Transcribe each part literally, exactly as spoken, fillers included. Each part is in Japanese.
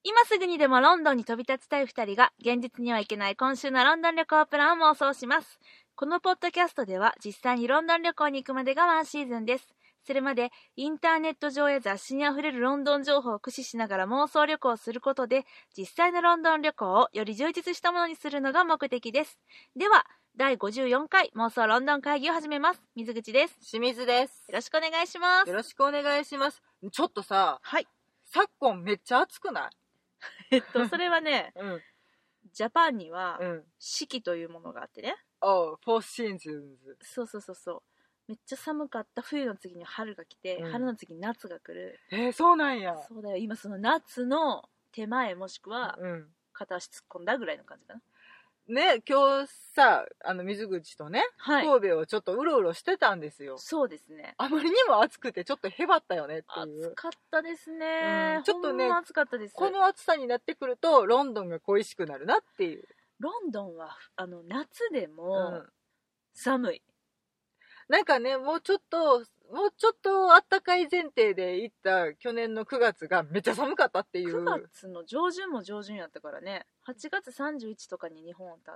今すぐにでもロンドンに飛び立ちたいふたりが現実には行けない今週のロンドン旅行プランを妄想します。このポッドキャストでは実際にロンドン旅行に行くまでがワンシーズンです。それまでインターネット上や雑誌にあふれるロンドン情報を駆使しながら妄想旅行をすることで実際のロンドン旅行をより充実したものにするのが目的です。ではだいごじゅうよんかい妄想ロンドン会議を始めます。水口です。 清水です。 よろしくお願いします。 よろしくお願いします。ちょっとさ、 はい。 昨今めっちゃ暑くない？ えっとそれはね、 うん、 ジャパンにはうん、 四季というものがあってね。 Oh, Four Seasons。 そうそうそうそう。めっちゃ寒かった冬の次に春が来て、うん、春の次に夏が来る。 えー、そうなんや。 そうだよ。今その夏の手前もしくは片足突っ込んだぐらいの感じかな。 ね、今日さ、あの水口とね、はい、神戸をちょっとうろうろしてたんですよ。 そうですね。 あまりにも暑くてちょっとへばったよねっていう。 暑かったですね、うん、 ちょっとね、 暑かったです。 この暑さになってくるとロンドンが恋しくなるなっていう。 ロンドンはあの夏でも寒い、 うん、なんかね、もうちょっともうちょっとあったかい前提で行った去年のくがつがめっちゃ寒かったっていう。 くがつの上旬も上旬やったからね。はちがつさんじゅういちとかに日本を立って、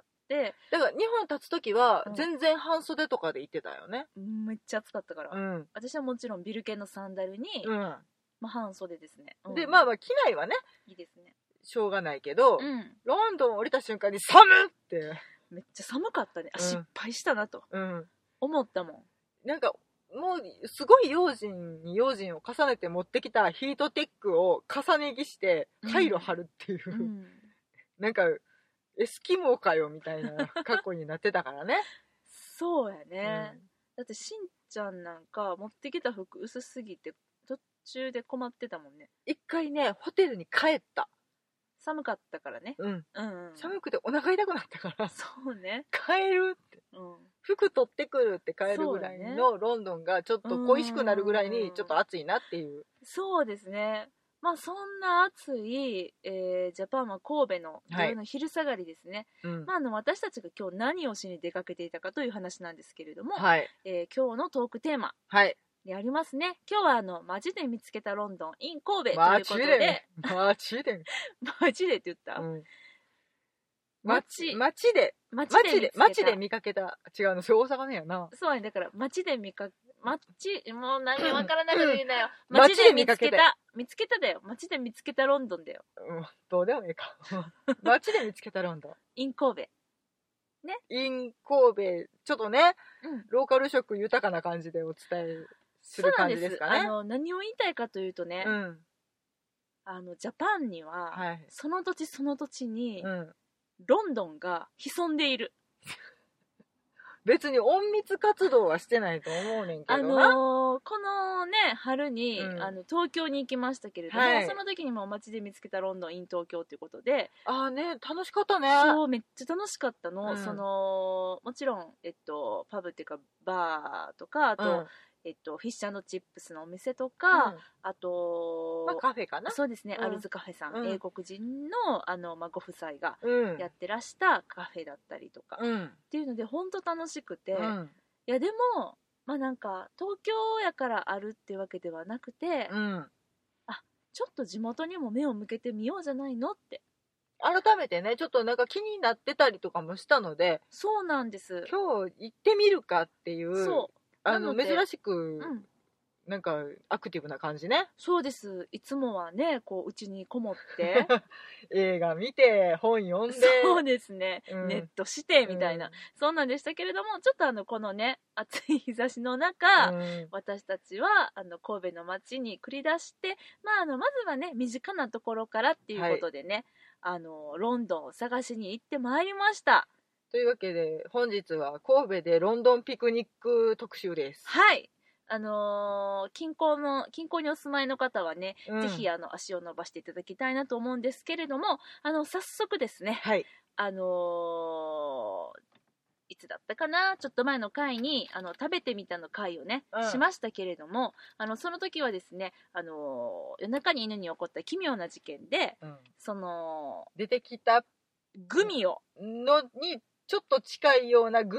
だから日本立つ時は全然半袖とかで行ってたよね、 うん、めっちゃ暑かったから、うん、私はもちろんビル系のサンダルに、うん、まあ、半袖ですね、 うん、でまあまあ機内はねいいですね、 しょうがないけど、 うん、 ロンドン降りた瞬間に寒っってめっちゃ寒かったね。あ、うん、失敗したなと、うん、思ったもん。 なんかもうすごい用心に用心を重ねて持ってきたヒートテックを重ね着してカイロ貼るっていう、うん、なんかエスキモーかよみたいな格好になってたからねそうやね、うん、だってしんちゃんなんか持ってきた服薄すぎて途中で困ってたもんね。 一回ねホテルに帰った。 寒かったからね、 うん、うんうん、寒くてお腹痛くなったからそうね帰るって、うん、服取ってくるって帰るぐらいのロンドンがちょっと恋しくなるぐらいにちょっと暑いなっていう。 そうですね。まあそんな暑い、えー、ジャパンは神戸の土曜の昼下がりですね、はい、まあ、あの私たちが今日何をしに出かけていたかという話なんですけれども、はい、えー、今日のトークテーマ、はいでありますね。今日はあの街で見つけたロンドン in 神戸ということで、 街で街でって言った、うん、 街街で街で街で見かけた。違うの、それ大阪ねやな。 そうや、だから街で見かけ街もう何わからないこと言うなよ。街で見つけた見つけただよ。街で見つけたロンドンだよ。 うん、どうでもいいか。街で見つけたロンドン in 神戸ね。 in 神戸ちょっとね、うん、ローカル色豊かな感じでお伝えする感じですかね。 あの何を言いたいかというとね、うん、あのジャパンには、はい、その土地その土地に、うん、ロンドンが潜んでいる。 別に隠密活動はしてないと思うねんけどな。 あのー、このね春に、うん、あの東京に行きましたけれども、はい、その時にも街で見つけたロンドン in 東京ということで、 ああね、楽しかったね。 そうめっちゃ楽しかったの、うん、そのもちろん、えっと、パブっていうかバーとか、あと、うんえっと、フィッシャーチップスのお店とか、うん、あと、 まあ、カフェかな。 そうですね、うん、アルズカフェさん、うん、英国人の、あの、まあ、ご夫妻がやってらしたカフェだったりとか、うん、っていうので本当楽しくて、うん、いやでもまあなんか東京やからあるっていうわけではなくて、うん、あちょっと地元にも目を向けてみようじゃないのって改めてねちょっとなんか気になってたりとかもしたので、 そうなんです。 今日行ってみるかっていう、そうあの珍しく、うん、なんかアクティブな感じね。 そうです。いつもはねこう家にこもって映画見て本読んで、 そうですね、うん、ネットしてみたいな、うん、そんなんでしたけれども、ちょっとあのこのね暑い日差しの中、うん、私たちはあの神戸の街に繰り出して、まあ、あのまずはね身近なところからっていうことでね、はい、あのロンドンを探しに行ってまいりました。 というわけで本日は神戸でロンドンピクニック特集です。 はい、あのー、近郊の近郊にお住まいの方はね、うん、ぜひあの足を伸ばしていただきたいなと思うんですけれども、あの早速ですね、はい、あのー、いつだったかな、ちょっと前の回にあの食べてみたの回をね、うん、しましたけれども、あのその時はですね、あのー、夜中に犬に起こった奇妙な事件で、うん、その出てきたグミをのにちょっと近いようなグミ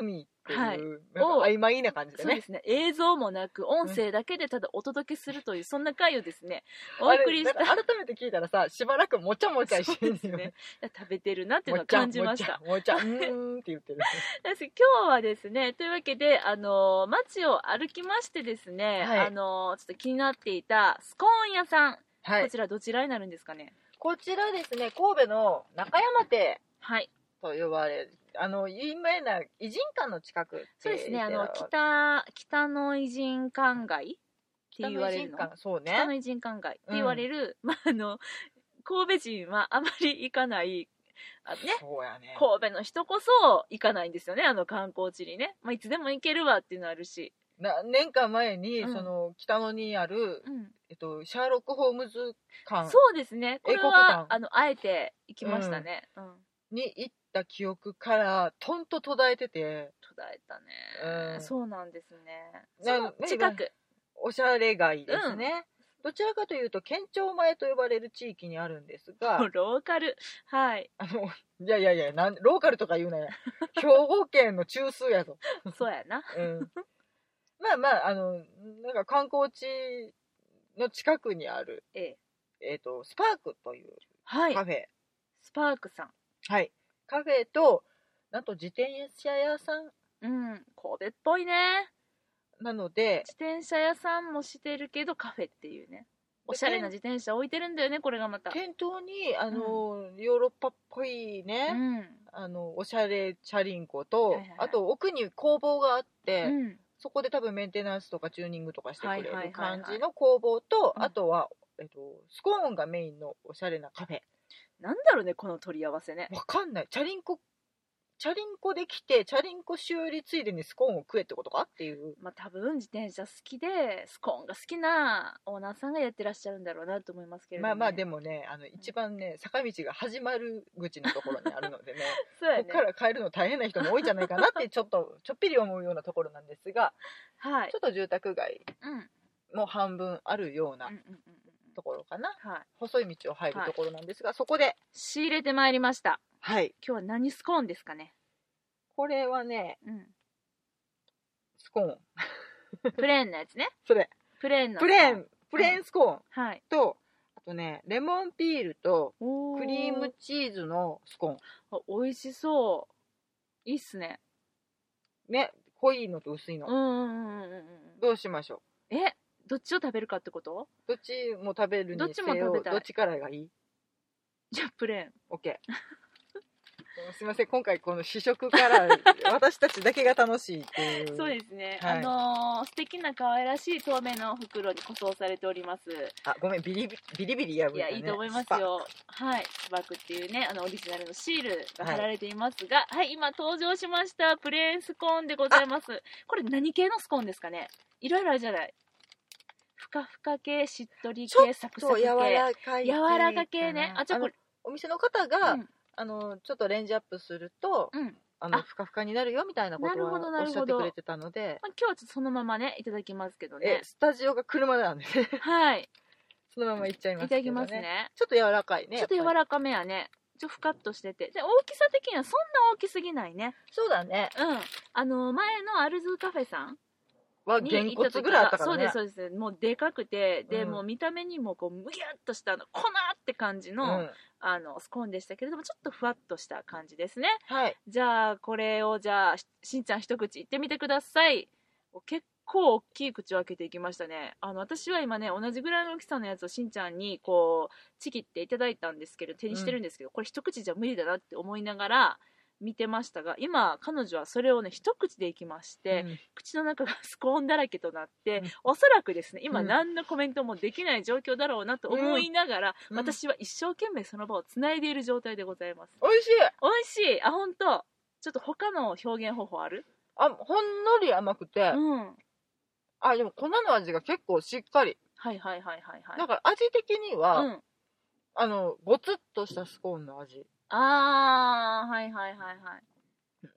っていう、 はい、 なんか曖昧な感じでね。 そうですね、映像もなく音声だけでただお届けするという、うん、そんな回をですねお送りした。 改めて聞いたらさ、しばらくもちゃもちゃしてるんですね。食べてるなっていうのを感じました。 もちゃもちゃもちゃうーんって言ってる今日はですね、というわけで、あの街を歩きましてですね、はい、あのちょっと気になっていたスコーン屋さん、はい、こちらどちらになるんですかね。 こちらですね、神戸の中山亭と呼ばれる、はい、あの有名な異人館の近くって。 そうですね、あの 北, 北の異人館街って言われるの。 そうね、 北の異人館街って言われる、うん、まああの神戸人はあまり行かないあ、ね、 そうやね、 神戸の人こそ行かないんですよね、あの観光地にね、まあ、いつでも行けるわっていうのあるし。 何年か前に、うん、その北野にある、うんえっと、シャーロック・ホームズ館、 そうですね、これはあのあえて行きましたね、うんうん、 に行った記憶からとんと途絶えてて。 途絶えたね、うん、そうなんですね。 その近くおしゃれ街ですね、うん、どちらかというと県庁前と呼ばれる地域にあるんですがローカル、はいあのいやいやいやなんローカルとか言うなや兵庫県の中枢やぞそうやな、 うん、まあまああのなんか観光地の近くにある、えええー、とスパークというカフェ、はい、 スパークさん、 はい、カフェとなんと自転車屋さん、 うん、神戸っぽいね。 なので自転車屋さんもしてるけどカフェっていうね、おしゃれな自転車置いてるんだよね、これがまた店頭にあの、うん、ヨーロッパっぽいね、うん、あのおしゃれチャリンコと、はいはいはい、あと奥に工房があって、うん、そこで多分メンテナンスとかチューニングとかしてくれる感じの工房と、はいはいはいはい、あとは、えっと、スコーンがメインのおしゃれなカフェ。 なんだろうね、この取り合わせね。 わかんない。チャリンコチャリンコで来てチャリンコ修理ついでにスコーンを食えってことかっていう。 まあ多分自転車好きでスコーンが好きなオーナーさんがやってらっしゃるんだろうなと思いますけれども、ね、 まあまあでもね、あの一番ね、うん、坂道が始まる口のところにあるのでねそうやね、 ここから帰るの大変な人も多いんじゃないかなってちょっとちょっぴり思うようなところなんですが、はい、ちょっと住宅街も半分あるようなところかな、はい、細い道を入るところなんですが、はい、そこで仕入れてまいりました。 はい、 今日は何スコーンですかね。 これはね、うん、スコーンプレーンのやつね。 それプレーンのプレーンプレーンスコーン、 うん、はい、 とあとねレモンピールとクリームチーズのスコーン。 あ、美味しそう。いいっすね。 ね、濃いのと薄いの。うんうんうんうん。どうしましょう。え、どっちを食べるかってこと？ どっちも食べるにせよ。 どっちも食べたい。 どっちからがいい？ じゃあプレーン。 オッケー。すみません、今回この試食から私たちだけが楽しいっていうそうですね、はい、あのー、素敵な可愛らしい透明の袋に包装されております。 あ、ごめん、ビリビリビリ破いたね。 いや、いいと思いますよ。はい、スパークっていうね、あのオリジナルのシールが貼られていますが、はい、はい、今登場しましたプレーンスコーンでございます。これ何系のスコーンですかね。いろいろあるじゃない。ふかふか系、しっとり系、サクサク系、 柔らかい系、 柔らか系ね。あ、じゃあこれお店の方が、うん、あのちょっとレンジアップすると、うん、あのふかふかになるよみたいなことをおっしゃってくれてたので、 まあ、今日はちょっとそのままねいただきますけどね。 スタジオが車なんでねはいそのままいっちゃいますけどね。 いただきますね。 ちょっと柔らかいね。 ちょっと柔らかめやね。ちょっとふかっとしてて、で大きさ的にはそんな大きすぎないね。 そうだね。 うん。あの前のアルズカフェさんはげんこつぐらいあったからね。 そうですそうです。もうでかくて、で、うん、もう見た目にもこうむぎゅっとしたの粉って感じの、うん、あのスコーンでしたけれども、ちょっとふわっとした感じですね。はい。じゃあこれをじゃあしんちゃん一口いってみてください。結構大きい口を開けていきましたね。あの私は今ね同じぐらいの大きさのやつをしんちゃんにこうちぎっていただいたんですけど、手にしてるんですけど、うん、これ一口じゃ無理だなって思いながら見てましたが、今彼女はそれをね一口でいきまして、うん、口の中がスコーンだらけとなって、うん、おそらくですね今何のコメントもできない状況だろうなと思いながら、うん、私は一生懸命その場をつないでいる状態でございます。 美味しい美味しい。あ、本当。ちょっと他の表現方法ある？ あ、ほんのり甘くて、うん、あ、でも粉の味が結構しっかり。 はいはいはいはいはい。 だから味的には、うん、あのゴツッとしたスコーンの味。 あー、はいはいはいはい。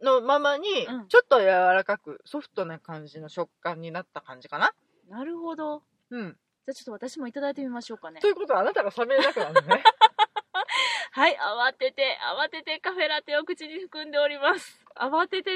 のままに、うん、ちょっと柔らかくソフトな感じの食感になった感じかな。 なるほど。うん。じゃあちょっと私もいただいてみましょうかね。 ということはあなたが喋れなくなるね。 はい、慌てて慌ててカフェラテを口に含んでおります。慌ててです。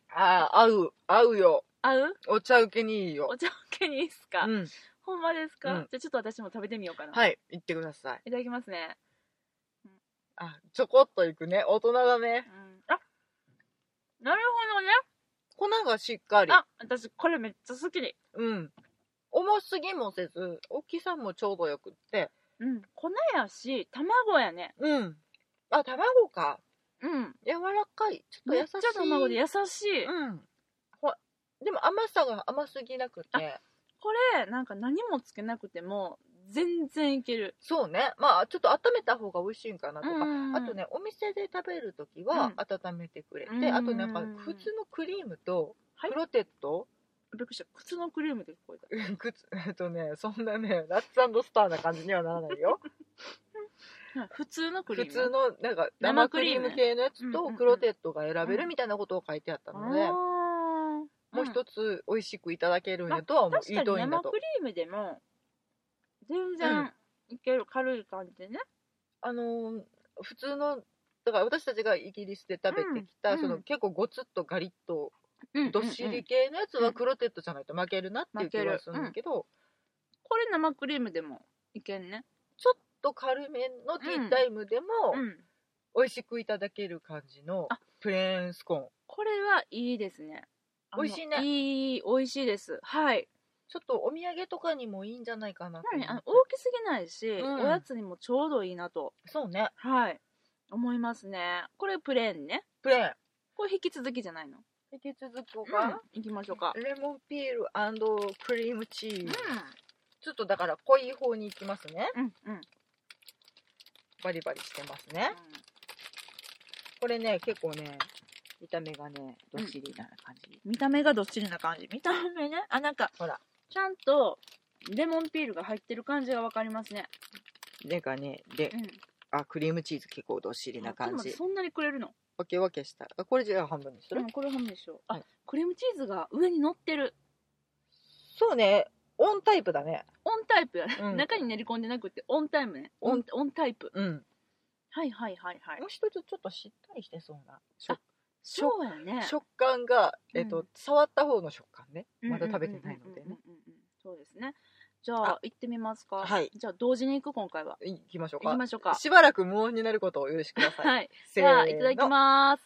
ああ、合う、合うよ。 合う？ お茶受けにいいよ。 お茶受けにいいっすか？ うん。 ほんまですか？ うんじゃあちょっと私も食べてみようかな。 はい、言ってください。 いただきますね。 あ、ちょこっといくね。大人だね。 うん、あ、なるほどね。 粉がしっかり。 あ、私これめっちゃ好きで。 うん。重すぎもせず、大きさもちょうどよくって。 うん、粉やし、卵やね。 うん。あ、卵か。 うん。 柔らかい。ちょっと優しい。 めっちゃ卵で優しい。 うん。ほでも甘さが甘すぎなくて。 これ、なんか何もつけなくても、全然いける。 そうね。まあ、ちょっと温めた方が美味しいんかなとか。 うんあとね、お店で食べるときは温めてくれて、 うんあとなんか普通のクリームとクロテッド、 びっくりした。靴のクリームで聞こえた。 靴えっとね、そんなね、ラッツ&スターな感じにはならないよ。 普通のクリーム。 普通のなんか生クリーム系のやつとクロテッドが選べるみたいなことを書いてあったので、 あーもう一つ美味しくいただけるんやとは思う。 確かにいいといいんだと生ク。リームでも全然いける、軽い感じでね。 あのー普通のだから私たちがイギリスで食べてきた、 うんその結構ゴツッとガリッとうんどっしり系のやつはクロテッドじゃないと負けるなっていう気がするんだけど、 これ生クリームでもいけんね。 ちょっと軽めのティータイムでもうん。 美味しくいただける感じのあプレーンスコーン。 これはいいですね。あの美味しいねいい、美味しいです。はい。 ちょっとお土産とかにもいいんじゃないかなと思って。 あの大きすぎないし、 うんおやつにもちょうどいいなと、 そうね。 はい、思いますね。これプレーンね。 プレーン。 これ引き続きじゃないの？ 引き続こううんか。、 行きましょうか。 レモンピール&クリームチーうんズ。ちょっとだから濃い方に行きますね。 うんうんうん。 バリバリしてますね。これね、結構ね、見た目がね、どっしりな感じ。 見た目がどっしりな感じ。見た目ね。あ、なんか、 ほら。 ちゃんとレモンピールが入ってる感じがわかりますね。 なんかね、で、 うん。 あ、クリームチーズ結構どっしりな感じ。 あそんなにくれるの？ 分け分けした。あ、これじゃあ半分にする、 うん、これ半分でしょ。あ、 はいクリームチーズが上に乗ってる。 そうね、オンタイプだね。 オンタイプやね。 うん中に練り込んでなくて、オンタイムね。オン、オンタイプ。 うん。 はいはいはいはいもう。一つちょっとしっかりしてそうな食そうやね。 食感が、えっと、 うん触った方の食感ね。 うんまだ食べてないのでね。 うんうんうんうんうん。そうですね。じゃああ行ってみますか。 はいじゃあ同時に行く今回は。 行きましょうか。 行きましょうか。 しばらく無音になることをお許しください。 はい。 せじゃあーのいただきます。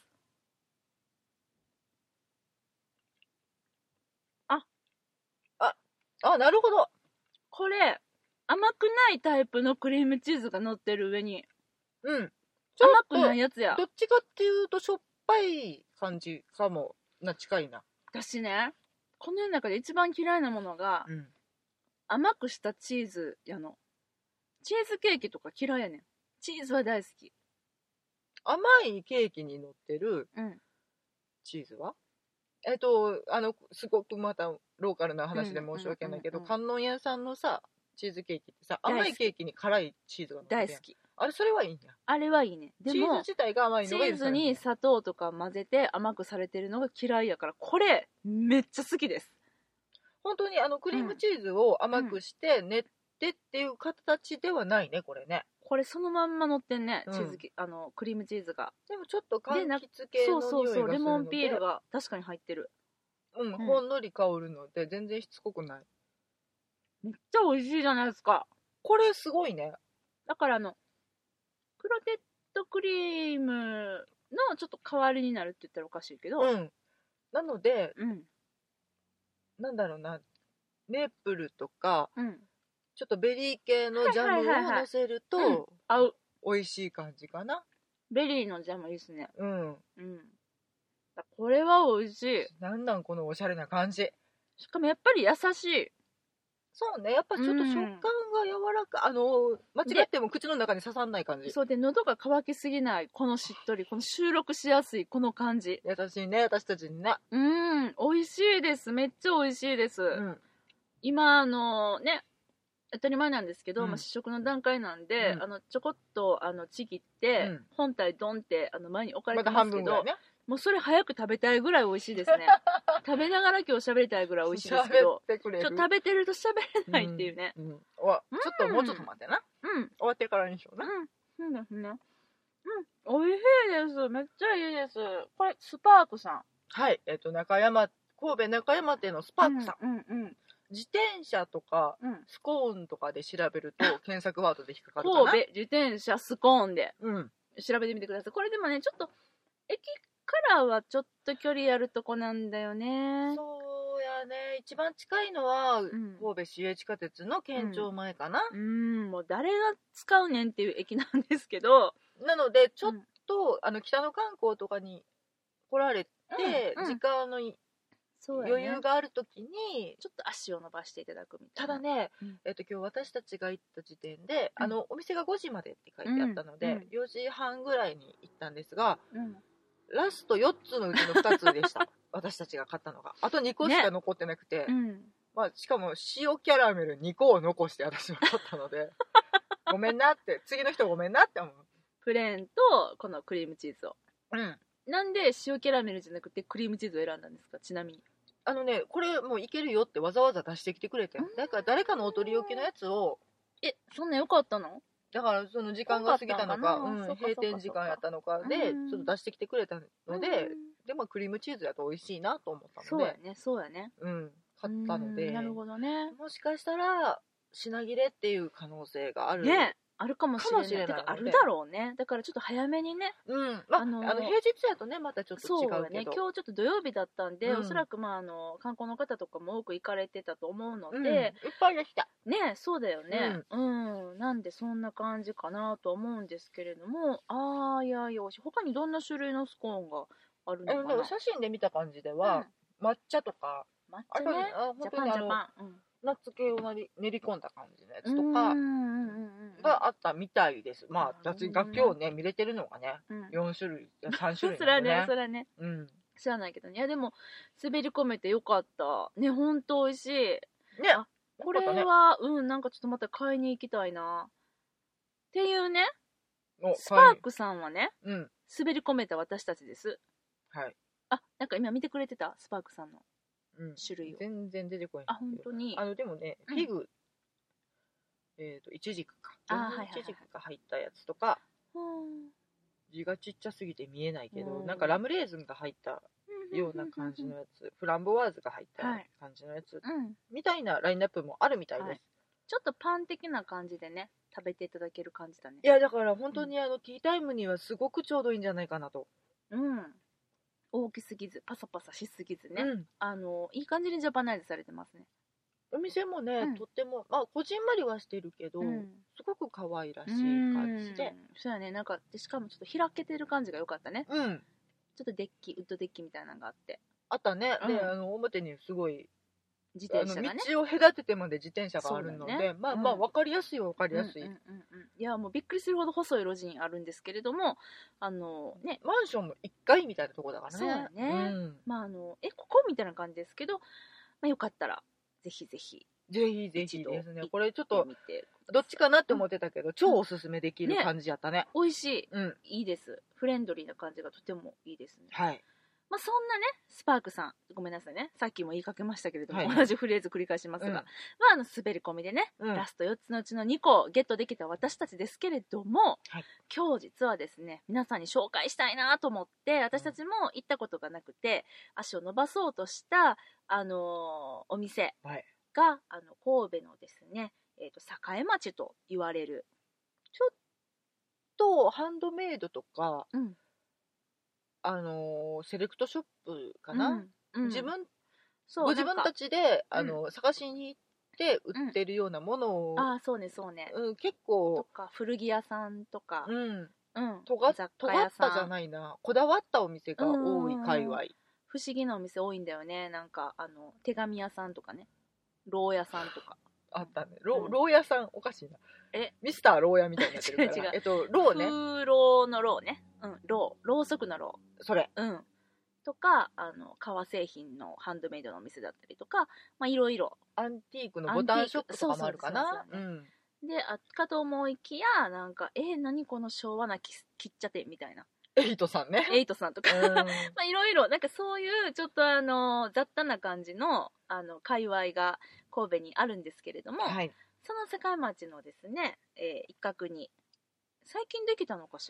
あ、なるほど。 これ甘くないタイプのクリームチーズが乗ってる上にうん。ちょ甘くっとないやつや。 どっちかっていうとしょっぱい感じかもな近いな。 私ね、この世の中で一番嫌いなものがうん。 甘くしたチーズやの。チーズケーキとか嫌いやねん。チーズは大好き。 甘いケーキに乗ってるうん。 チーズはえっと、あの、すごくまたローカルな話で申し訳ないけど、 うんうん観音屋さんのさ、チーズケーキってさ、 大好き甘いケーキに辛いチーズが乗ってるやん大好き。 あれ、それはいいんや。 あれはいいね。でチーズも、 自体が甘いチのが許ーズにされないんや。 砂糖とか混ぜて甘くされてるのが嫌いやから、これ、めっちゃ好きです。 本当にあのクリームチーズを甘くして練ってっていう形ではないね、これね。 これそのまんま乗ってんね、 うんチーズき、あの、クリームチーズが。 でもちょっと柑でな橘系その匂いがするので、 うそうそう、レモンピールが確かに入ってる。 うん、 うんほんのり香るので全然しつこくない。 めっちゃ美味しいじゃないですか。 これすごいね。 だからあの、クロテッドクリームのちょっと代わりになるって言ったらおかしいけど、 うん。なので、 うん、 なんだろうな、メープルとか、 うん。 ちょっとベリー系のジャムはいはいはいはいを乗せるうんと、 合う。 美味しい感じかな。 ベリーのジャムいいっすね。 うん。 うん。だこれは美味しい。 なんなんこのおしゃれな感じ。 しかもやっぱり優しい。 そうね、やっぱちょっと食感が柔らか、あの、間違っても口の中に刺さんない感じ。 そうで、喉が渇きすぎない、このしっとり、この収録しやすい、この感じ。 優しいね、私たちにね。 うーん、美味しいです。めっちゃ美味しいです。 うん。 今、あのね、当たり前なんですけど、 うんまあ、試食の段階なんで、 うんあのちょこっとあのちぎって、 うん本体ドンってあの前に置かれまたてますけど、 半分ぐらいね。 もうそれ早く食べたいぐらい美味しいですね。食べながら今日喋りたいぐらい美味しいですけ喋ど、 ってくれる。 ちょっと食べてると喋れないっていうね。 うん。うんわちょっともうちょっと待ってな。 うん、 終わってからにしような。 うん、そうですね。うん、美味しいです。めっちゃいいです。これスパークさん。 はい、えっと中山神戸中山店のスパークさん、 うんうんうん、 自転車とか、 うん、 スコーンとかで調べると検索ワードで引っかかるかな。 神戸自転車スコーンでうん、 調べてみてください。これでもね、ちょっと駅からはちょっと距離あるとこなんだよね。 そうやね。一番近いのは、 ん神戸市営地下鉄の県庁前かな。 うん、もう誰が使うねんっていう駅なんですけど、 なのでちょっと、あの北の観光とかに来られて、 うんうん時間のいそうやね、 余裕があるときに、 ちょっと足を伸ばしていただくみたいな。 ただね、 うんえっと今日私たちが行った時点で、 うんあのお店がごじまでって書いてあったので、 うんうんよじはんぐらいに行ったんですが、 うん、 ラストよっつのうちのふたつでした私たちが買ったのが。あとにこしか残ってなくて、 うん、 まあ、しかも塩キャラメルにこを残して私は取ったのでごめんなって、次の人ごめんなって思う。 プレーンとこのクリームチーズを。 うん、 なんで塩キャラメルじゃなくてクリームチーズを選んだんですか、ちなみに。 あのね、これもういけるよってわざわざ出してきてくれて、だから誰かのお取り置きのやつを、 え、そんな良かったの？ だからその時間が過ぎたのか、 よかったんかなうん、 そうかそうか閉店時間やったのかでうんちょっと出してきてくれたので、 うんでもクリームチーズやと美味しいなと思ったので、 そうやね、そうやね。 うん、買ったので、 うんなるほどね。 もしかしたら品切れっていう可能性がある。 ね、あるかもしれない。 かもしれないのでてかあるだろうね。だからちょっと早めにね。 うん、まあ、 あのーあの平日やとねまたちょっと違うけど、 そうやね。今日ちょっと土曜日だったんで、 うんおそらくまああの観光の方とかも多く行かれてたと思うので、 うん、いっぱいでした。 ね、そうだよね。うん、なんでそんな感じかなと思うんですけれども、ああいやいや、他にどんな種類のスコーンがあるのかな。 あの写真で見た感じでは、抹茶とか抹茶ね、 あジャパンジャパン、うん、 ナッツ系を練り練り込んだ感じのやつとうんかうんうんうんがあったみたいです。まあなるほどね私が今日ね見れてるのがね、 うんよん種類さん種類それはなんでねね、それはね、 うん、 知らないけどね。いやでも滑り込めてよかったね、ほんと美味しいね。 あこれは、うん、なんかちょっとまた買いに行きたいなっていうね。スパークさんはね、 うん、 滑り込めた私たちです。 はい。 あ、なんか今見てくれてたスパークさんのうん、 種類を。 全然出てこない。 あ、本当に。 あのでもね、 うんフィグ、えっとイチジクか、 あはいはいはいイチジクが入ったやつとか、 うん字がちっちゃすぎて見えないけど、 うんなんかラムレーズンが入ったような感じのやつ、フランボワーズが入ったはい感じのやつ、 うん、 みたいなラインナップもあるみたいです。 はいちょっとパン的な感じでね、食べていただける感じだね。 いやだから本当にあの、ティータイムにはすごくちょうどいいんじゃないかなと。 うん。大きすぎず、パサパサしすぎずね。 うん、 あの、いい感じにジャパナイズされてますね。 お店もね、 うんとってもまあこじんまりはしてるけど、 うんすごく可愛らしい感じで、 うんそうやね、なんか、でしかもちょっと開けてる感じが良かったね。 うん、 ちょっとデッキ、ウッドデッキみたいなのがあって。 あったね。で、 うんあの表にすごい自転車がね。 あの道を隔ててまで自転車があるので、 そうだねまあうんまあ分かりやすいは分かりやすい、 うんうんうんうん、いやもうびっくりするほど細い路地にあるんですけれども、あのね、 マンションもいっかいみたいなとこだからね。 そうだね、 うん、 まああのえここみたいな感じですけど、まあ、よかったらぜひぜひぜひぜひですね。これちょっと見てどっちかなって思ってたけど、超おすすめできる感じやったね。 美味しい、 うん、 いいです。フレンドリーな感じがとてもいいですね。 はい。 まあそんなね、スパークさん、ごめんなさいね、さっきも言いかけましたけれども、 はい同じフレーズ繰り返しますが、 うんまああの滑り込みでね、 うんラストよっつのうちのにこゲットできた私たちですけれども、 はい、 今日実はですね、皆さんに紹介したいなと思って、私たちも行ったことがなくて、足を伸ばそうとした、あのーお店が、 はい、 あの神戸のですね、えーと、栄町と言われる、 ちょっとハンドメイドとか、 うんあのーセレクトショップかな、 うんうん、 自分そうご自分たちであうんの、探しに行って売ってるようなものを、 ああそうねそうね、 うん、結と構、 か古着屋さんとか、 うん、 うん、 とが雑尖貨屋さんったじゃないな、こだわったお店が多い界隈。 不思議なお店多いんだよね。なんかあの手紙屋さんとかね、牢屋さんとかあったね。ろうん牢屋さんおかしいな。 えミスター牢屋みたいになってるから。 違う違うえっと牢ね。 風牢の牢ね、うん、牢ろうそくの牢、 それ。 うんとか、あの革製品のハンドメイドのお店だったりとか、まあいろいろアンティークのボタンショップとかもあるかな。 そうそうそうそううん。 であかと思いきや、なんかえー、何この昭和なき切っちゃってみたいなエイトさんね。 エイトさんとか、 うんまあいろいろなんかそういうちょっとあの雑多な感じのあの界隈が神戸にあるんですけれども、 はい。 その境町のですね、えー一角に最近できたのかしら。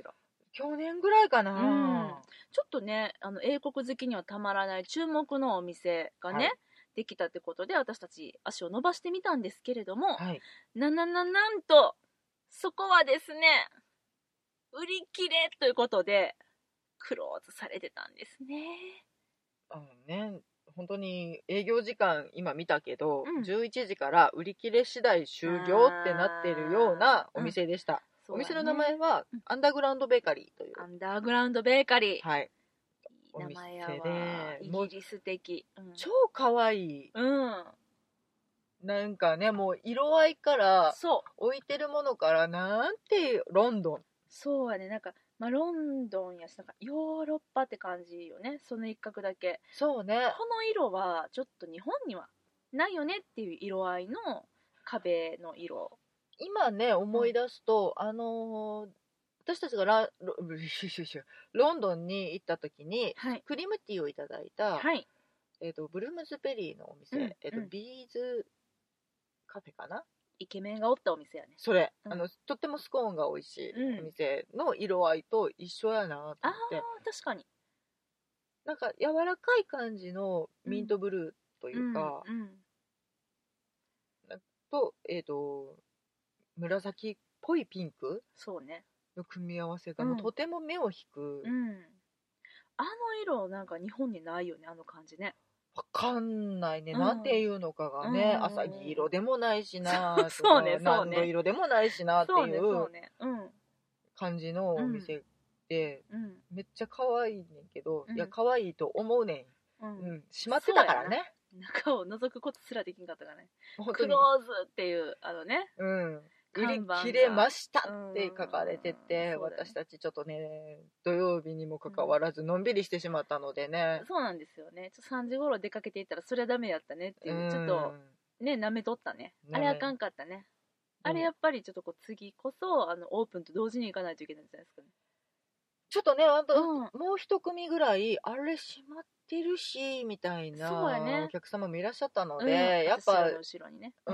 去年ぐらいかな、 うんちょっとねあの英国好きにはたまらない注目のお店がね、 はいできたってことで私たち足を伸ばしてみたんですけれども、 はい、 ななななんとそこはですね売り切れということでクローズされてたんですね。 あのね本当に営業時間今見たけど、 うんじゅういちじから売り切れ次第終了ってなってるようなお店でした、 うんお店の名前は、 うんアンダーグラウンドベーカリーという、 アンダーグラウンドベーカリー、 はい、 いい名前やわ、 お店でイギリス的、うん、 超かわいい、 うんなんかねもう色合いからそう置いてるものからなんてロンドン、 そうやねなんか、まあ、ロンドンやしなんかヨーロッパって感じよねその一角だけ。 そうね、 この色はちょっと日本にはないよねっていう色合いの壁の色。 今ね思い出すと、うん、あのー、私たちがラ ロ, ロンドンに行った時に、はい、クリームティーをいただいた、 はい、 えーと、ブルームズベリーのお店、うんえーとうん、ビーズカフェかな、 イケメンがおったお店やねそれ、うん、あのとってもスコーンが美味しいお店の色合いと一緒やなと思って、 うん、あ確かになんか柔らかい感じのミントブルーというか、 うんうんうん、とえっ、ー、と紫っぽいピンクそうねの組み合わせがもうとても目を引く、 うん、あの色なんか日本にないよねあの感じね。 わかんないね、うん、なんていうのかがね、うん、朝黄色でもないしなとかそうねそうね何度色でもないしなっていう感じのお店で、 うん、 めっちゃ可愛いねんけど、 うん、 いや可愛いと思うねん、うんうん、閉まってたからね、 中を覗くことすらできんかったからね。クローズっていうあのね、 うん、売り切れましたって書かれてて、うん、私たちちょっとね土曜日にもかかわらずのんびりしてしまったのでね、 うん、そうなんですよね。ちょっとさんじ頃出かけていったらそれはダメやったねっていう、うん、ちょっとね舐めとったね、あれあかんかったね、あれやっぱりちょっとこう次こそあのオープンと同時に行かないといけないんじゃないですかね。 ちょっとねあと、うん、もう一組ぐらいあれ閉まってるしみたいなお客様もいらっしゃったので、ね、やっぱ後ろにね、 うん、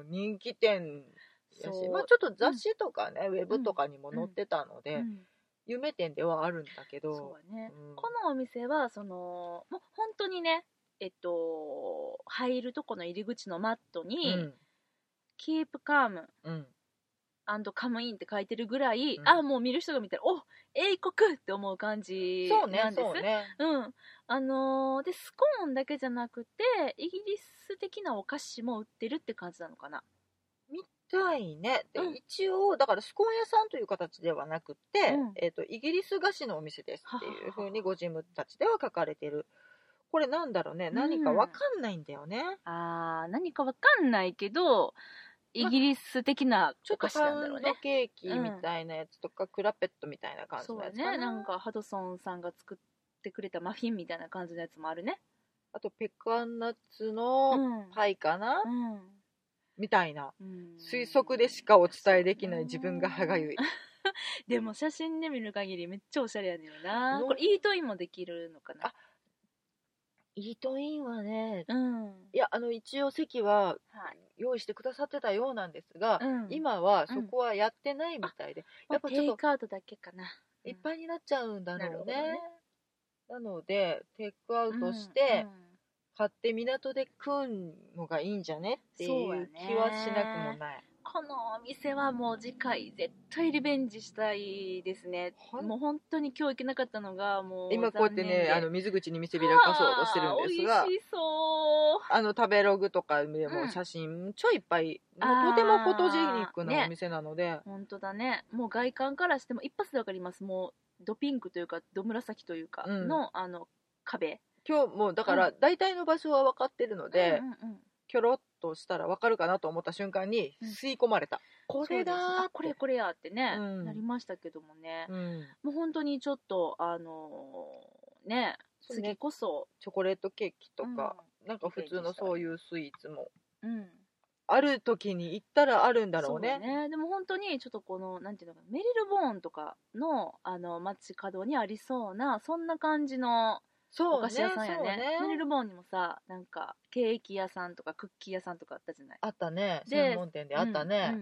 人気店やし、まあ、ちょっと雑誌とかね、うん、ウェブとかにも載ってたので、うんうん、有名店ではあるんだけど、 そうね、うん、このお店はそのもう本当にねえっと入るとこの入り口のマットに、うん、Keep Calm、うんアンドカムインって書いてるぐらい、うん、あもう見る人が見たらお英国って思う感じなんです。 そうねそうね、 うんあのー、でスコーンだけじゃなくてイギリス的なお菓子も売ってるって感じなのかなみたいね。で、うん、一応だからスコーン屋さんという形ではなくて、うんえーと、イギリス菓子のお店ですっていう風にご事務たちでは書かれてる。これなんだろうね、何かわかんないんだよね、 うん、あー何かわかんないけどイギリス的なお菓子なんだろうね、 ちょっとパウンドケーキみたいなやつとか、うん、クラペットみたいな感じのやつかな。 そうね、なんかハドソンさんが作ってくれたマフィンみたいな感じのやつもあるね。 あとペカンナッツのパイかな、うんうん、みたいな、うん、推測でしかお伝えできない自分が歯がゆいでも写真で見る限りめっちゃおしゃれやねんよな。これイートインもできるのかな。あイートインはね、 うん、 いやあの一応席は用意してくださってたようなんですが、うん、今はそこはやってないみたいで、 うん、やっぱちょっとテイクアウトだけかな、 いっぱいになっちゃうんだろうね、ねなのでテイクアウトして、うんうん、買って港で食うのがいいんじゃねっていう気はしなくもない。 このお店はもう次回絶対リベンジしたいですね。もう本当に今日行けなかったのがもう今こうやってねあの水口に見せびらかそうとしてるんですが、 美味しそうあの食べログとかでも写真ちょいいっぱい、うん、とてもフォトジェニックなお店なので、ね、 本当だね。もう外観からしても一発でわかります。もうドピンクというかド紫というかの、うん、あの壁今日もだから大体の場所は分かってるので、うんうんうん、キョロッとしたら分かるかなと思った瞬間に吸い込まれた、うん、これだーこれこれやってね、うん、なりましたけどもね、うん、もう本当にちょっとあのー、ね次こそチョコレートケーキとか、うん、なんか普通のそういうスイーツも、うん、ある時に行ったらあるんだろうね。 そうね。でも本当にちょっとこのなんていうのかメリルボーンとかのあの街角にありそうなそんな感じのお菓子屋さんや ね, ね, ねメリルボーンにもさなんかケーキ屋さんとかクッキー屋さんとかあったじゃない。 あったね。専門店であったね、 うんうん、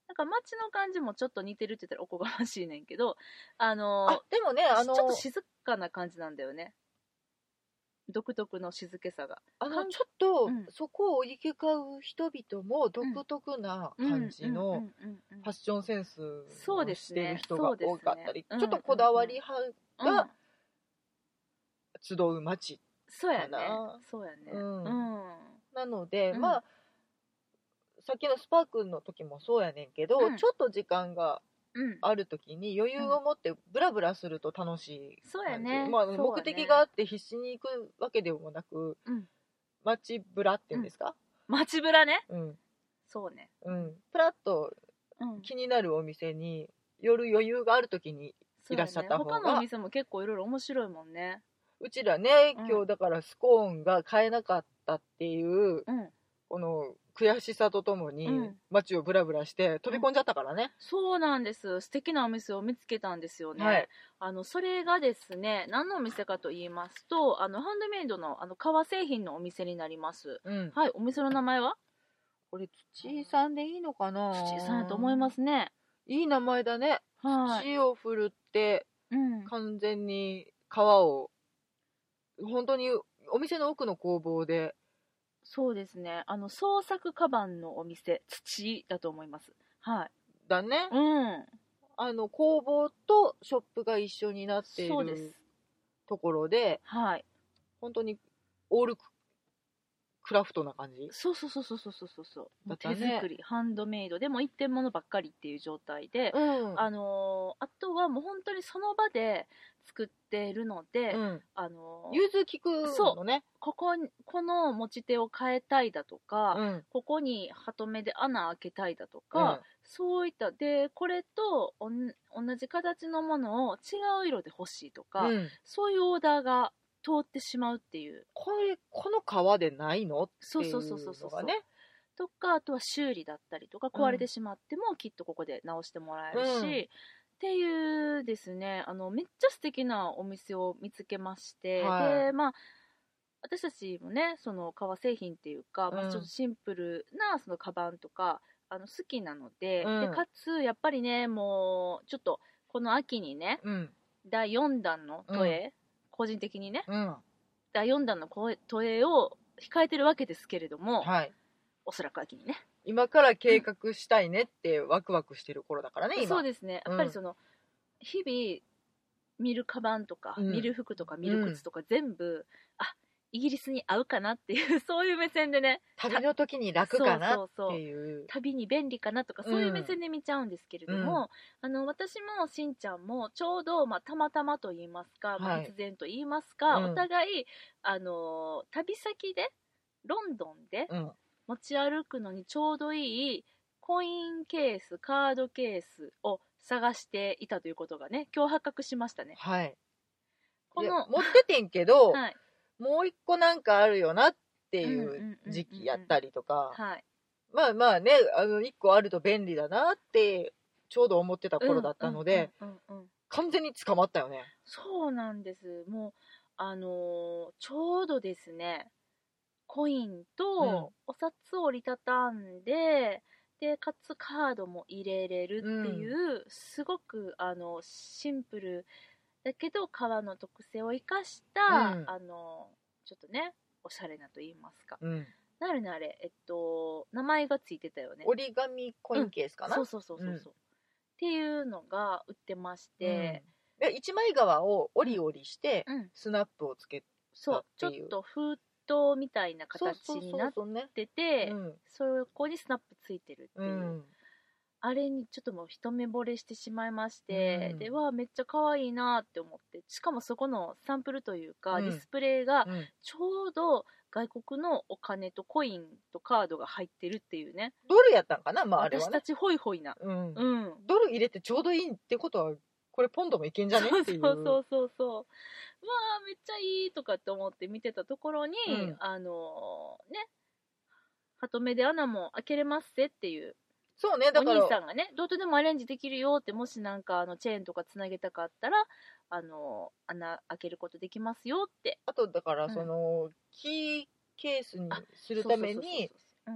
なんか街の感じもちょっと似てるって言ったらおこがましいねんけど、あのあでもねあのちょっと静かな感じなんだよね。独特の静けさが。 あのかんちょっと、 うん、 そこを行き交う人々も独特な感じのうんうんうんうんファッションセンスそうをしてるですね。 人がそうですね。 多かったり、 うんちょっとこだわりうん派がうん集う街そうやねかな。 そうやねうんうんなので、 うんまあさっきのスパークの時もそうやねんけど、 うんちょっと時間がうんある時に余裕を持ってブラブラすると楽しいそうや感じ、 ねまあ、 そうやね目的があって必死に行くわけでもなく、 うん街ブラっていうんですか、 街ぶらねうんそうねうんプラッとうん気になるお店に寄る余裕がある時にいらっしゃった方が、 そうやね、他のお店も結構いろいろ面白いもんね。 うちらね、 うん今日だからスコーンが買えなかったっていううんこの悔しさとともにうん街をブラブラして飛び込んじゃったからね、 そうなんです。素敵なお店を見つけたんですよね。 はいあのそれがですね、何のお店かと言いますと、あのハンドメイドのあの革製品のお店になります。 うんはい、お店の名前はこれ土井さんでいいのかな。 土井さんやと思いますね。 いい名前だね。 はい。 土を振るってうん。 完全に革を本当にお店の奥の工房で、 そうですね。あの創作カバンのお店、土だと思います。はい。 だね、 うん。 あの工房とショップが一緒になっていそうでする。ところで、 はい。 本当にオールクラフトな感じそうそうそうそうそうそうそうそう。もう手だったね作り、ハンドメイドでも一点物ばっかりっていう状態で、 うんあのーあとはもう本当にその場で作っているので、 うんあのー融通きくのね。 ここにこの持ち手を変えたいだとか、 うんここにハトメで穴開けたいだとか、 うんそういったでこれとおん同じ形のものを違う色で欲しいとか、 うんそういうオーダーが通ってしまうっていう。 これこの革でないのってそうそういうそうそうそうのがね。 とか、あとは修理だったりとか、壊れてしまってもきっとここで直してもらえるし、 うんっていうですね、あのめっちゃ素敵なお店を見つけまして、 はいでまあ私たちもね、その革製品っていうか、まあ、 うんちょっとシンプルなそのカバンとかあの好きなので、 うんでかつやっぱりね、もうちょっとこの秋にね、 うんだいよんだんの都営、個人的にねうんだいよんだんの都営を控えてるわけですけれども、 はい、 おそらく秋にね。 今から計画したいねってワクワクしてる頃だからね、今。 そうですね、やっぱりその、日々見るカバンとか、 うん見る服とか見る靴とか全部、あ、イギリスに合うかなっていうそういう目線でね、 旅の時に楽かなっそうそうそうていう。 旅に便利かなとか、そういう目線で見ちゃうんですけれども、あの私もしんちゃんもちょうど、まあ、たまたまと言いますか、まあ、 はい必然と言いますか、 うんお互いあの旅先でロンドンでうん持ち歩くのにちょうどいいコインケース、カードケースを探していたということがね、今日発覚しましたね。 はい。 この持っててんけど、 はい、 もう一個なんかあるよなっていう時期やったりとか、 はい、 まあまあね、あの一個あると便利だなってちょうど思ってた頃だったので、 うんうんうんうん、 完全に捕まったよね。 そうなんです。もうあのーちょうどですね、コインとお札を折りたたんで、うん、でかつカードも入れれるっていう、うん、すごくあのシンプルだけど革の特性を生かした、うん、あのちょっとねおしゃれなと言いますか、 うん、 なるなれえっと名前がついてたよね。 折り紙コインケースかな、 うん、そうそうそうそうそう、うん、っていうのが売ってまして、 うん、で一枚革を折り折りして、うん、スナップをつけたっていう、 そうちょっと封筒みたいな形になってて、そこにスナップついてるっていう、うん、あれにちょっともう一目惚れしてしまいまして、うん、でわめっちゃ可愛いなって思って、しかもそこのサンプルというか、うん、ディスプレイがちょうど外国のお金とコインとカードが入ってるっていうね。 ドルやったんかな、まあ、あれはね、 私たちホイホイな、 うんうん、ドル入れてちょうどいいってことはこれポンドもいけんじゃねっていう。 そうそうそうそう、わあめっちゃいいとかって思って見てたところに、うん、あのー、ねハトメで穴も開けれますぜっていう、 そうね、だからお兄さんがね、どうとでもアレンジできるよって、もしなんかあのチェーンとかつなげたかったらあの穴開けることできますよって。 あとだからその、うん、キーケースにするために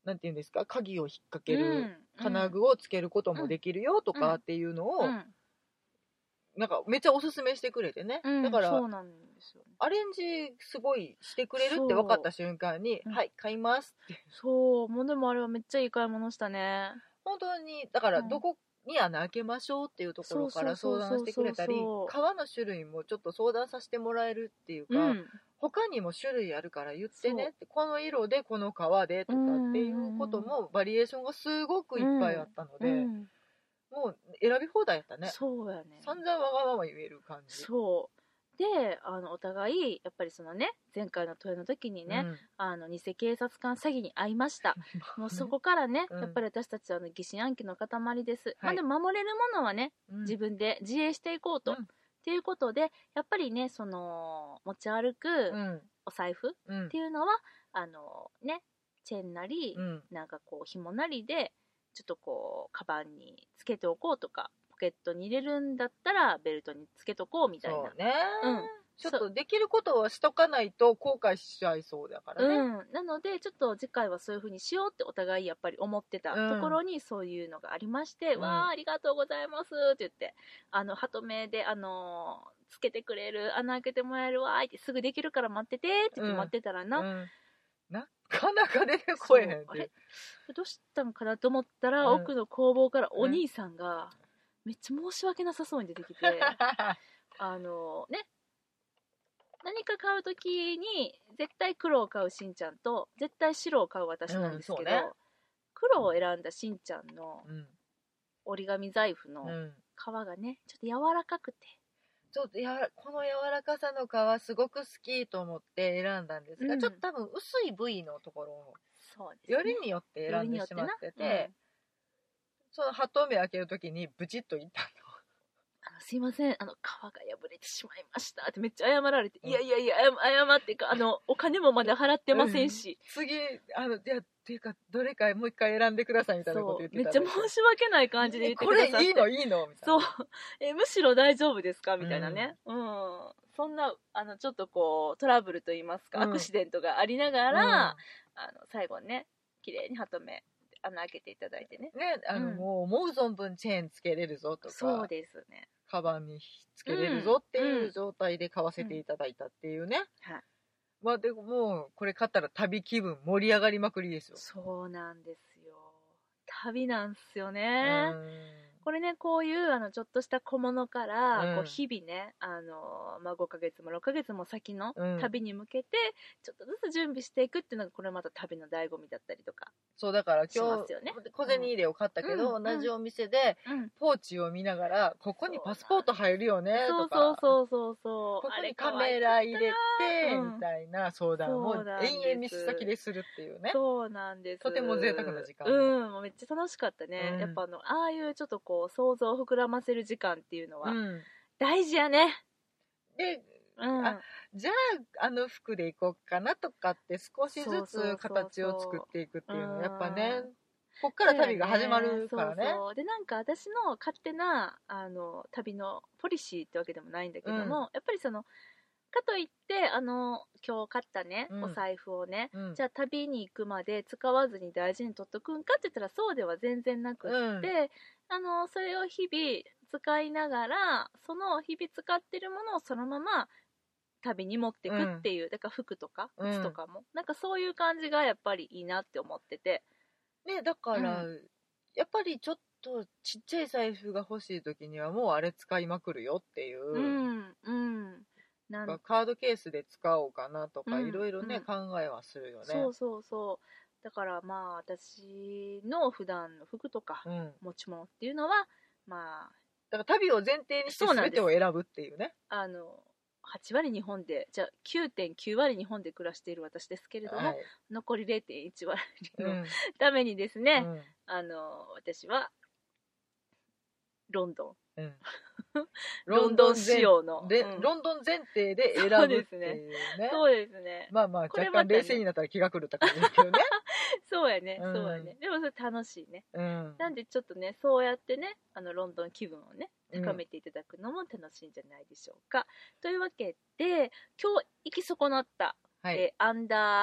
なんていうんですか、鍵を引っ掛ける、 うん金具をつけることもできるよとかっていうのを、 うんなんかめっちゃおすすめしてくれてね、 うん、 だからそうなんですよね。 アレンジすごいしてくれるって分かった瞬間に、 うんはい買いますって。 そう、もうでもあれはめっちゃいい買い物したね。 本当にだからうんどこに穴開けましょうっていうところからそうそうそうそう相談してくれたり、 そう革の種類もちょっと相談させてもらえるっていうか、 うん他にも種類あるから言ってねそうって、この色でこの革でとかっていうこともバリエーションがすごくいっぱいあったので、 うんうんもう選び放題やったね。 そうやね。 散々わがまま言える感じ。 そうで、あのお互いやっぱりそのね、前回の問いの時にね、 うんあの偽警察官詐欺に遭いました。もうそこからね、 うんやっぱり私たちはあの疑心暗鬼の塊です。 はいまあでも守れるものはね、 うん自分で自衛していこうと。 うんっていうことで、やっぱりね、その持ち歩くうんお財布うんっていうのは、あのね、チェーンなり、 うんなんかこう紐なりでちょっとこうカバンにつけておこうとか、ポケットに入れるんだったらベルトにつけとこうみたいな。 そうね、 うんちょっとできることはしとかないと後悔しちゃいそうだからね、 うん、なのでちょっと次回はそういう風にしようってお互いやっぱり思ってたうんところにそういうのがありまして、 うんわあありがとうございますって言って、あのハトメであのつけてくれる、穴開けてもらえるわーって、すぐできるから待っててって言って待ってたらな、 うんなかなか出てこえへんっていうそうあれどうしたのかなと思ったら、 うん奥の工房からお兄さんがめっちゃ申し訳なさそうに出てきてあのね、何か買うときに絶対黒を買うしんちゃんと絶対白を買う私なんですけど、 うんそうね黒を選んだしんちゃんのうん折り紙財布のうん皮がねちょっと柔らかくて、 ちょっとやわこの柔らかさの皮すごく好きと思って選んだんですが、 うんちょっと多分薄い部位のところそうですね、 よりによって選んでしまってて、 よりによってそのハト目開けるときにブチッといったの。 あのすいません、あの皮が破れてしまいましたってめっちゃ謝られて、 うんいやいやいや謝謝ってか、あのお金もまだ払ってませんし、 次あのいやっていうかどれかもう一回選んでくださいみたいなことそう言ってためっちゃ申し訳ない感じで言ってくださって、 これいいのいいのみたいそうな。 えむしろ大丈夫ですかみたいなね、うんそんなあのちょっとこうトラブルといいますか、 うんアクシデントがありながら、 うんあの最後ね綺麗にハトメ穴開けていただいてね、 ね、あの、 うんもう思う存分チェーンつけれるぞとか、 そうですね、 カバンにつけれるぞってうんいう状態で買わせていただいたっていうね、 はい、 まあでももうこれ買ったら旅気分盛り上がりまくりですよ。 そうなんですよ、旅なんすよね、 うんこれね、こういうあのちょっとした小物から、 うんこう日々ね、あのまあ、ごかげつもろっかげつも先のうん旅に向けてちょっとずつ準備していくっていうのがこれまた旅の醍醐味だったりとか、 そうだからし今日ますよね小銭入れを買ったけど、 うん同じお店でうん、 ポーチを見ながらここにパスポート入るよねそうとか、 そうそうそうそう、 ここにカあれ可愛いメラ入れてうんみたいな相談をそうなんです延々に先でするっていうね。 そうなんです、 とても贅沢な時間うん、もうめっちゃ楽しかったね、 うんやっぱあのああいうちょっとこう想像を膨らませる時間っていうのはうん、 大事やね、 でうん、 あじゃああの服でいこうかなとかって少しずそうそうそうそうつ形を作っていくっていうのうんやっぱね、こっから旅が始まるからね。 そうそうでなんか私の勝手なあの旅のポリシーってわけでもないんだけども、 うんやっぱりそのかといってあの今日買ったね、 うんお財布をね、 うんじゃあ旅に行くまで使わずに大事に取っとくんかって言ったらそうでは全然なくって、 うんあのそれを日々使いながらその日々使ってるものをそのまま旅に持ってくっていう、だから服とかうん靴とかも、なんかそういう感じがやっぱりいいなって思ってて、 ね、だから、 うやっぱりちょっとちっちゃい財布が欲しい時にはもうあれ使いまくるよっていう、 うんうんなんカードケースで使おうかなとか、 うんいろいろね、 うん考えはするよね。 そうそうそうだからまあ私の普段の服とかうん、 持ち物っていうのはまだから旅を前提にしてそうなんです全てを選ぶっていうね。 ああのはち割日本でじゃあ きゅうてんきゅう 割日本で暮らしている私ですけれども、 はい残り れいてんいち 割のうんためにですね、 うんあの私はロンドンうんロンドン仕様ので、 うんロンドン前提で選ぶっていうね。 そうですねまあまあこれまたね若干冷静になったら気が狂った感じですけどね。 そうやね、 うんそうやねでもそれ楽しいねうん。 なんでちょっとねそうやってねあのロンドン気分をねうん高めていただくのも楽しいんじゃないでしょうか、というわけで今日行き損なった、 はい。 えーアンダ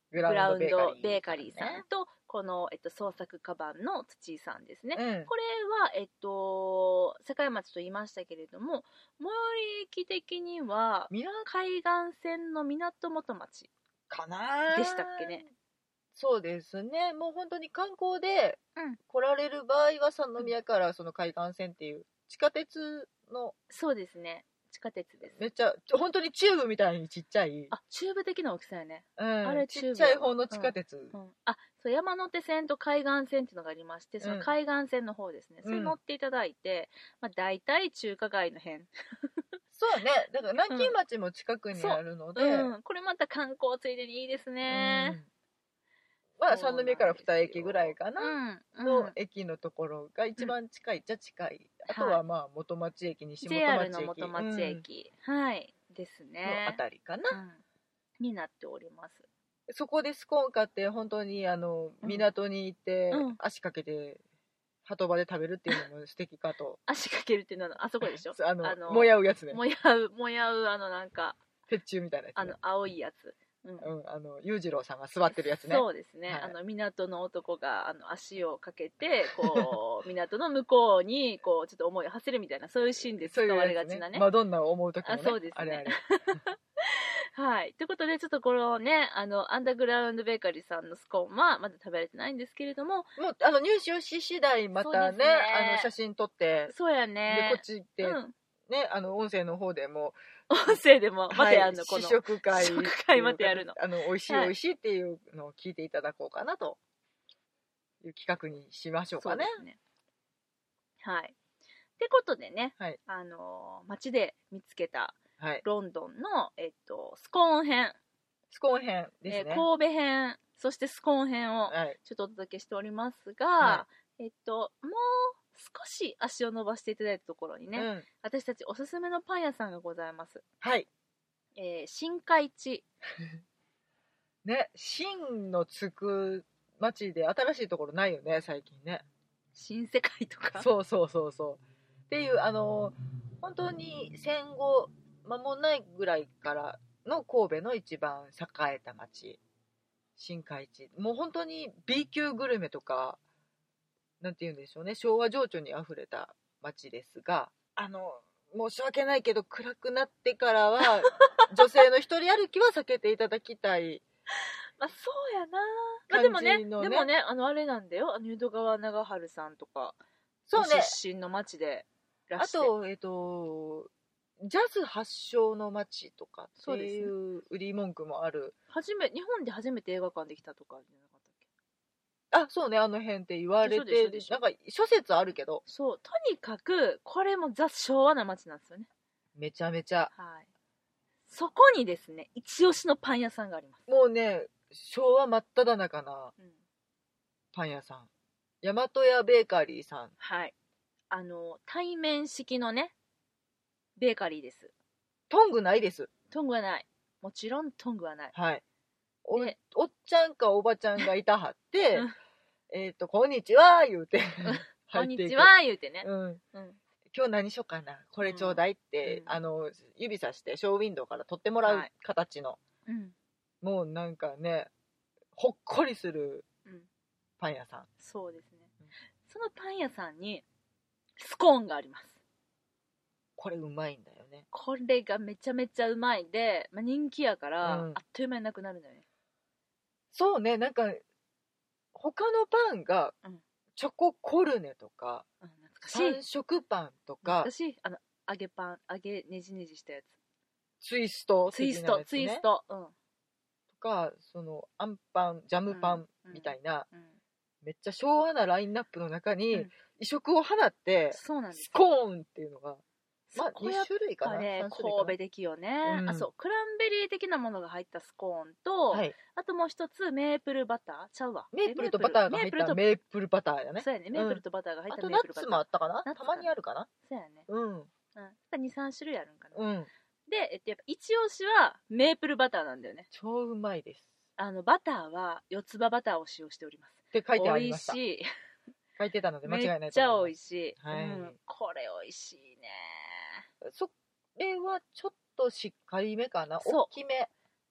ググラウンドベベーカリーさんと、この、えっと、創作カバンの土井さんですね、 うん、 これは、えっと、境町と言いましたけれども、最寄り駅的には海岸線の港元町かなでしたっけね。 そうですね。もう本当に観光で来られる場合は、三宮からその海岸線っていう地下鉄の、 そうですね、地下鉄です。 めっちゃ本当にチューブみたいにちっちゃい、 あ、チューブ的な大きさやね、 うん、 あれちっちゃい方の地下鉄、 うんうん、あ、そう、山手線と海岸線っていうのがありまして、その海岸線の方ですね、うん、それ乗っていただいて、まあ、大体中華街の辺そうね、だから南京町も近くにあるので、 うんうん、これまた観光ついでにいいですね、うんまあ、三宮からに駅ぐらいかな、 うん、 の駅のところが一番近いっちゃ近い、うん、あとはまあ元町駅、西元町駅、 ジェイアール の元町駅、うん、はいですね、 のあたりかな、 うん、になっております。 そこでスコーン買って本当にあの港に行って、うん、足かけて鳩場で食べるっていうのも素敵かと足かけるっていうのはあそこでしょあの、あのもやうやつね、 もやうもやうあのなんか鉄柱みたいなやつ、ね、 あの青いやつ、 うんうん、あの裕次郎さんが座ってるやつね。 そうですね、はい、あの港の男があの足をかけてこう港の向こうにこうちょっと思いを馳せるみたいな、そういうシーンで使われがちなね、 マドンナを思う時のね、 あ、そうですね、 あれあれはい、ということでちょっとこのねあのアンダーグラウンドベーカリーさんのスコーンはまだ食べられてないんですけれども、 もうあの入手し次第また ね, ねあの写真撮って、 そうやね、 でこっち行って、うんね、あの音声の方でも音声でもまたやるの、はい、この試食会試食会またやるの、 あの美味しい美味しいっていうのを聞いていただこうかなという企画にしましょうかね。 そうですね、はい。ってことでね、 はい、 あの街で見つけたロンドンの、 はい、えっと、スコーン編、 スコーン編ですね、 えー、神戸編、そしてスコーン編をちょっとお届けしておりますが、はい、えっともう少し足を伸ばしていただいたところにね、うん、私たちおすすめのパン屋さんがございます。 はい、 えー、新海地ね、新のつく町で新しいところないよね最近ね。 新世界とかそうそうそうそうっていう、あの本当に戦後間もないぐらいからの神戸の一番栄えた町、新海地、もう本当に B 級グルメとかなんて言うんでしょうね、昭和情緒にあふれた町ですが、あの申し訳ないけど暗くなってからは女性の一人歩きは避けていただきたいまあそうやな、まあ、でもねでもねあのあれなんだよ、あの淀川長春さんとかそう、ね、出身の町でらして、 あとえっ、ー、とジャズ発祥の町とかっていう売り文句もある。 初め日本で初めて映画館できたとかじゃなかったっけ。 あ、そうね、あの辺って言われて、なんか諸説あるけど、 そう、とにかくこれもザ昭和な町なんですよね。 めちゃめちゃ、 はい、そこにですね一押しのパン屋さんがあります。 もうね昭和真っ只中なパン屋さん、うん、大和屋ベーカリーさん。 はい、あの対面式のねベーカリーです。 トングないです。 トングはない、もちろんトングはない。 はい、お, おっちゃんかおばちゃんがいたはって、うん、えっとこんにちは言うてこんにちは言うてね、 うんうん、今日何しようかなこれちょうだいって、うん、あの指さしてショーウィンドウから取ってもらう形の、はいうん、もうなんかねほっこりするパン屋さん、うん、 そうですね、うん、そのパン屋さんにスコーンがあります。 これうまいんだよね。 これがめちゃめちゃうまいで、まあ、人気やから、うん、あっという間になくなるんだよね。 そうね、なんか他のパンが、うん、チョココルネとか、うん、三色パンとか、 私あの揚げパン揚げねじねじしたやつ、 ツイスト的なやつ、ね、ツイストツイスト、うん、 とかそのアンパンジャムパンみたいな、うんうん、めっちゃ昭和なラインナップの中に、うん、異色を放ってスコーンっていうのがまあ、に種類かな、 ね、神戸的よね、うん、あそうクランベリー的なものが入ったスコーンと、はい、あともう一つメープルバターちゃうわメープルとバターが入ったメープルバターやね。 そうやね、メープルとバターが入ったメープルバター、 あとナッツもあったかな、たまにあるかな。 そうやね、 うん、 うん、にさん種類あるんかな、 うん、 で、えっと、やっぱ一押しはメープルバターなんだよね。 超うまいです。 あのバターは四つ葉バターを使用しております。 って書いてありました。 美味しい書いてたので間違いないと思います。 めっちゃ美味しい、 はい、 うん、これ美味しいね。 それはちょっとしっかりめかな、大きめ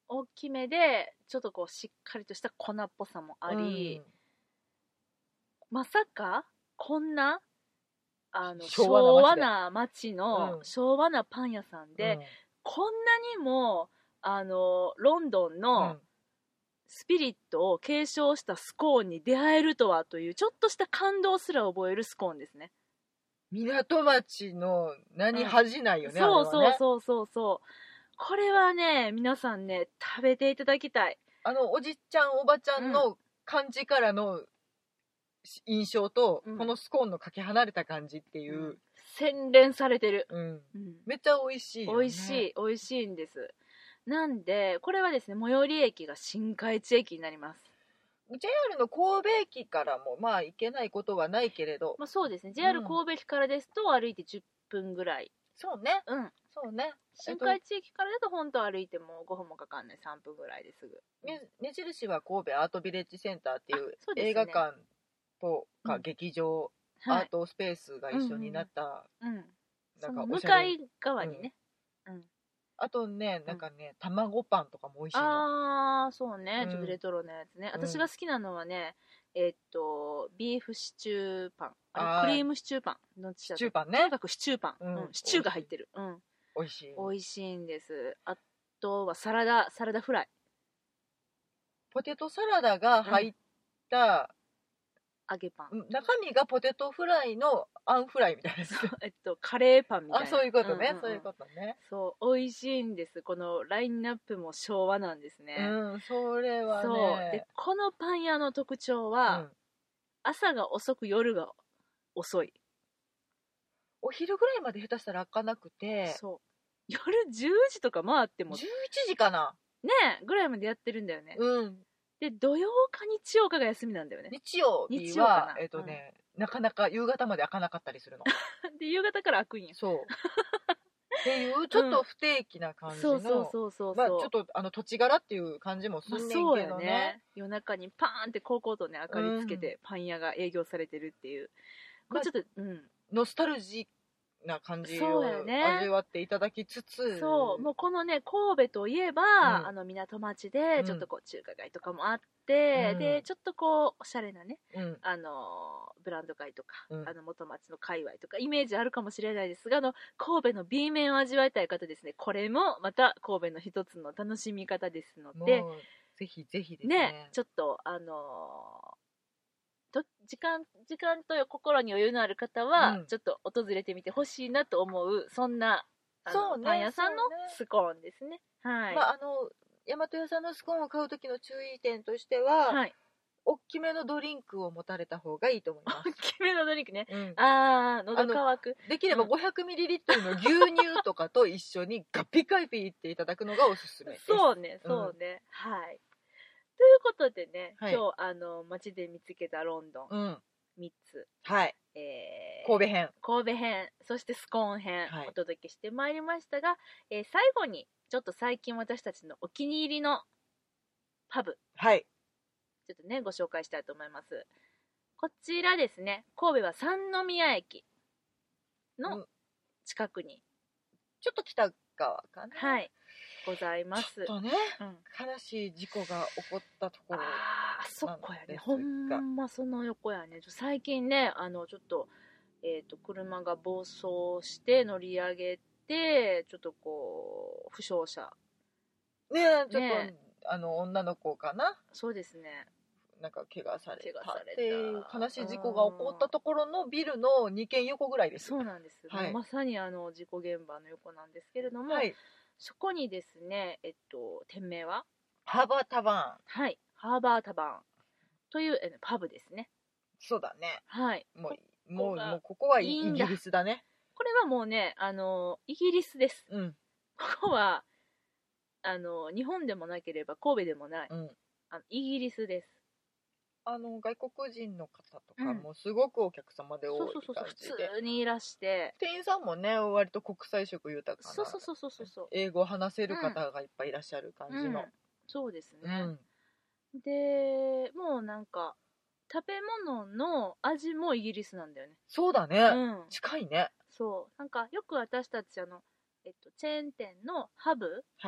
大きめでちょっとこうしっかりとした粉っぽさもあり、 うん、 まさかこんなあの昭昭和和なな街のうん昭和なパン屋さんで、 うんこんなにもあのロンドンうのんスピリットを継承したスコーンに出会えるとはというちょっとした感動すら覚えるスコーンですね。 港町の何うん恥じないよね、 そうそううそうそうそう。これはね皆さんね食べていただきたい。 あのおじちゃんおばちゃんの感じからの印象と、 うんこのスコーンのかけ離れた感じっていう、 うん洗練されてる、 うんうんめっちゃ美味しいよね。 美味しい美味しいんです。なんでこれはですね最寄り駅が新海地駅になります。 ジェイアール の神戸駅からもまあ行けないことはないけれど、 まあそうですね ジェイアール 神戸駅からですと歩いてじゅっぷんぐらい、 そうねうんそうね新海地駅からだと本当歩いてもごふんもかかんないさんぷんぐらいですぐ。 目目印は神戸アートビレッジセンターっていうあそうですね映画館とかうん劇場、 はいアートスペースが一緒になった、 うんなんその向かおしゃれかい側にね、うんあとねなんかね、卵パンとかも美味しいの。 ああそうね、 うんちょっとレトロなやつね。 うん私が好きなのはねえっとビーフシチューパンあれあークリームシチューパンのシチューパンねとにかくシチューパン、 うんうんシチューが入ってる、うん美味しい。 美味しいんです。あとはサラダサラダフライポテトサラダが入った、 揚げパンうん中身がポテトフライのあんフライみたいなやつえっとカレーパンみたいなあそういうことね、 んんんそういうことね。 そう美味しいんです。このラインナップも昭和なんですね、 うんそれはそうでねこのパン屋の特徴は、 うん朝が遅く夜が遅い。 お昼ぐらいまで下手したら開かなくてそう夜じゅうじとか回ってもじゅういちじかな。 ねえぐらいまでやってるんだよね、 うんで土曜か日曜かが休みなんだよね。 日曜日日曜かなはえっとね、なかなか夕方まで開かなかったりするので夕方から開くんや。 そうっていうちょっと不定期な感じの、 そうそうそうそうそう、 まあちょっとあの土地柄っていう感じもすまあんねんそうやけどね,、 ね夜中にパーンって高校とね明かりつけてパン屋が営業されてるっていう、これちょっと、うんノスタルジーな感じそをうやね味わっていただきつつ、 そうもうこのね神戸といえば、 んあの港町でうんちょっとこう中華街とかもあって、 うんでちょっとこうおしゃれなねうんあのブランド街とか、 うんあの元町の界隈とかイメージあるかもしれないですが、あの神戸の B 面を味わいたい方ですね、これもまた神戸の一つの楽しみ方ですのでもうぜひぜひですねねちょっとあのと時間時間と心に余裕のある方は、 うんちょっと訪れてみてほしいなと思うそんなあのそうねパン屋さんのそうねスコーンですね。はい、 まああの大和屋さんのスコーンを買う時の注意点としては、 はい、 大きめのドリンクを持たれた方がいいと思いま大きめのドリンクね。 す、うん、 あー喉乾く。 できれば ごひゃくミリリットル の牛乳とかと一緒にガピガピっていただくのがおすすめです。 そうねうんそうね、はいということでね、 はい今日あの街で見つけたロンドンうん、 みっつ、 はい、 えー神戸編。 神戸編そしてスコーン編、 はいお届けしてまいりましたが、えー最後にちょっと最近私たちのお気に入りのパブはい。 ちょっとねご紹介したいと思います。こちらですね神戸は三宮駅のうん近くに、 ちょっと北側かな。 はいございます。 ちょっとね、 うん、 悲しい事故が起こったところ。 あーあそこやなんですがねほんまその横やね。ちょ最近ねあのちょっと,、えー、と車が暴走して乗り上げてちょっとこう負傷者ねえ、ちょっと、 ねあの女の子かな。 そうですねなんか怪我された怪我されたっていう悲しい事故が起こったところのビルのにけん横ぐらいです。 そうなんです、 はいまさにあの事故現場の横なんですけれども、 はい。 そこにですねえっと店名はハーバータバーン。 はいハーバータバーンというえパブですね。 そうだね。 はいもうもうがもうここはいいいんだイギリスだね。 これはもうねあのイギリスです。 うんここはあの日本でもなければ神戸でもない、 うん。 あのイギリスです。 あの外国人の方とかもすごくお客様で多いそうそうそうそう感じで。 普通にいらして店員さんもね割と国際色豊かな。 そうそうそうそうそうそう英語を話せる方がいっぱいいらっしゃる感じの。 うんそうですうね、 ん。 でもうなんか食べ物の味もイギリスなんだよね。 そうだね。 うん近いね。 そうなんかよく私たちあの、えっと、チェーン店のハブはい。